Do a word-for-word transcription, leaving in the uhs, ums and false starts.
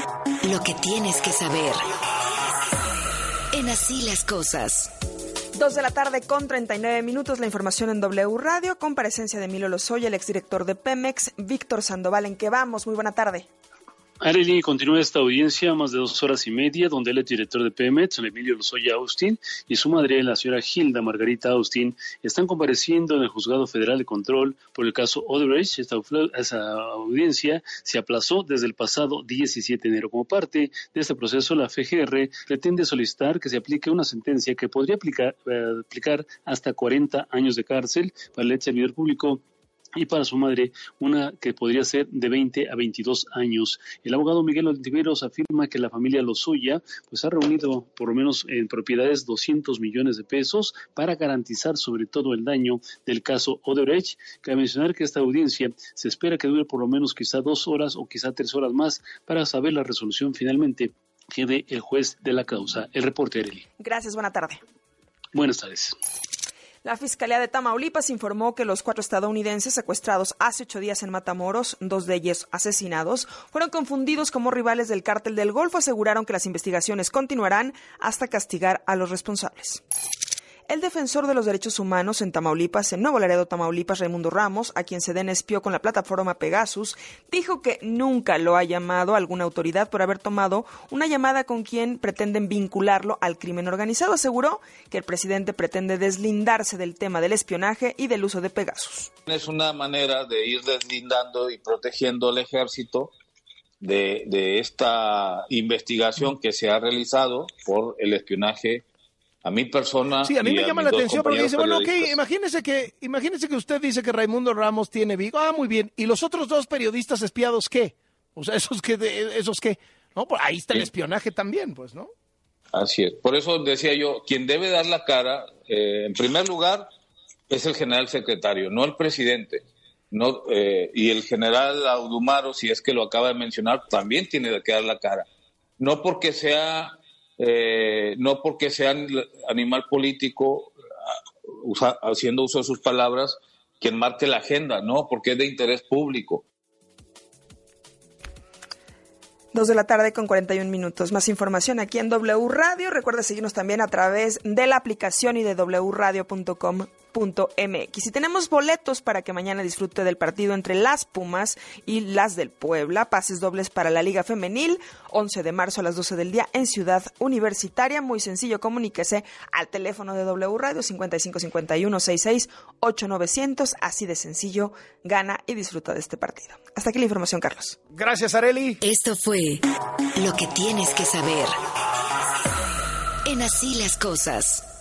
Lo que tienes que saber. En Así las Cosas. Dos de la tarde con treinta y nueve minutos, la información en W Radio. Comparecencia de Emilio Lozoya, el exdirector de Pemex, Víctor Sandoval. ¿En qué vamos? Muy buena tarde. Arely, continúa esta audiencia más de dos horas y media, donde el director de Pemex, el Emilio Lozoya Austin, y su madre, la señora Hilda Margarita Austin, están compareciendo en el Juzgado Federal de Control por el caso Odebrecht. Esta, esa audiencia se aplazó desde el pasado diecisiete de enero. Como parte de este proceso, la F G R pretende solicitar que se aplique una sentencia que podría aplicar, eh, aplicar hasta cuarenta años de cárcel para el ex servidor público y para su madre una que podría ser de veinte a veintidós años. El abogado Miguel Ontiveros afirma que la familia Lozoya pues ha reunido por lo menos en propiedades doscientos millones de pesos para garantizar sobre todo el daño del caso Odebrecht. Cabe mencionar que esta audiencia se espera que dure por lo menos quizá dos horas o quizá tres horas más para saber la resolución finalmente que dé el juez de la causa. El reporte, Arely. Gracias, buena tarde. Buenas tardes. La Fiscalía de Tamaulipas informó que los cuatro estadounidenses secuestrados hace ocho días en Matamoros, dos de ellos asesinados, fueron confundidos como rivales del Cártel del Golfo. Aseguraron que las investigaciones continuarán hasta castigar a los responsables. El defensor de los derechos humanos en Tamaulipas, en Nuevo Laredo, Tamaulipas, Raimundo Ramos, a quien Sedena espió con la plataforma Pegasus, dijo que nunca lo ha llamado a alguna autoridad por haber tomado una llamada con quien pretenden vincularlo al crimen organizado. Aseguró que el presidente pretende deslindarse del tema del espionaje y del uso de Pegasus. Es una manera de ir deslindando y protegiendo al ejército de, de esta investigación que se ha realizado por el espionaje a mi persona. Sí, a mí me a llama la atención porque dice, bueno, ok, periodistas. imagínese que, imagínese que usted dice que Raimundo Ramos tiene Vigo. Ah, muy bien. ¿Y los otros dos periodistas espiados qué? O sea, ¿esos qué? ¿Esos qué? No, pues ahí está el espionaje también, pues, ¿no? Así es. Por eso decía yo, quien debe dar la cara, eh, en primer lugar, es el general secretario, no el presidente. No, eh, y el general Audumaro, si es que lo acaba de mencionar, también tiene que dar la cara. No porque sea... Eh, no porque sea animal político usa, haciendo uso de sus palabras quien marque la agenda, no, porque es de interés público. Dos de la tarde con cuarenta y un minutos. Más información aquí en W Radio. Recuerda seguirnos también a través de la aplicación y de w radio punto com punto m x. Y tenemos boletos para que mañana disfrute del partido entre las Pumas y las del Puebla. Pases dobles para la Liga Femenil, once de marzo a las doce del día en Ciudad Universitaria. Muy sencillo, comuníquese al teléfono de W Radio cincuenta y cinco cincuenta y uno sesenta y seis ocho novecientos. Así de sencillo, gana y disfruta de este partido. Hasta aquí la información, Carlos. Gracias, Arely. Esto fue Lo que tienes que saber. En Así las Cosas.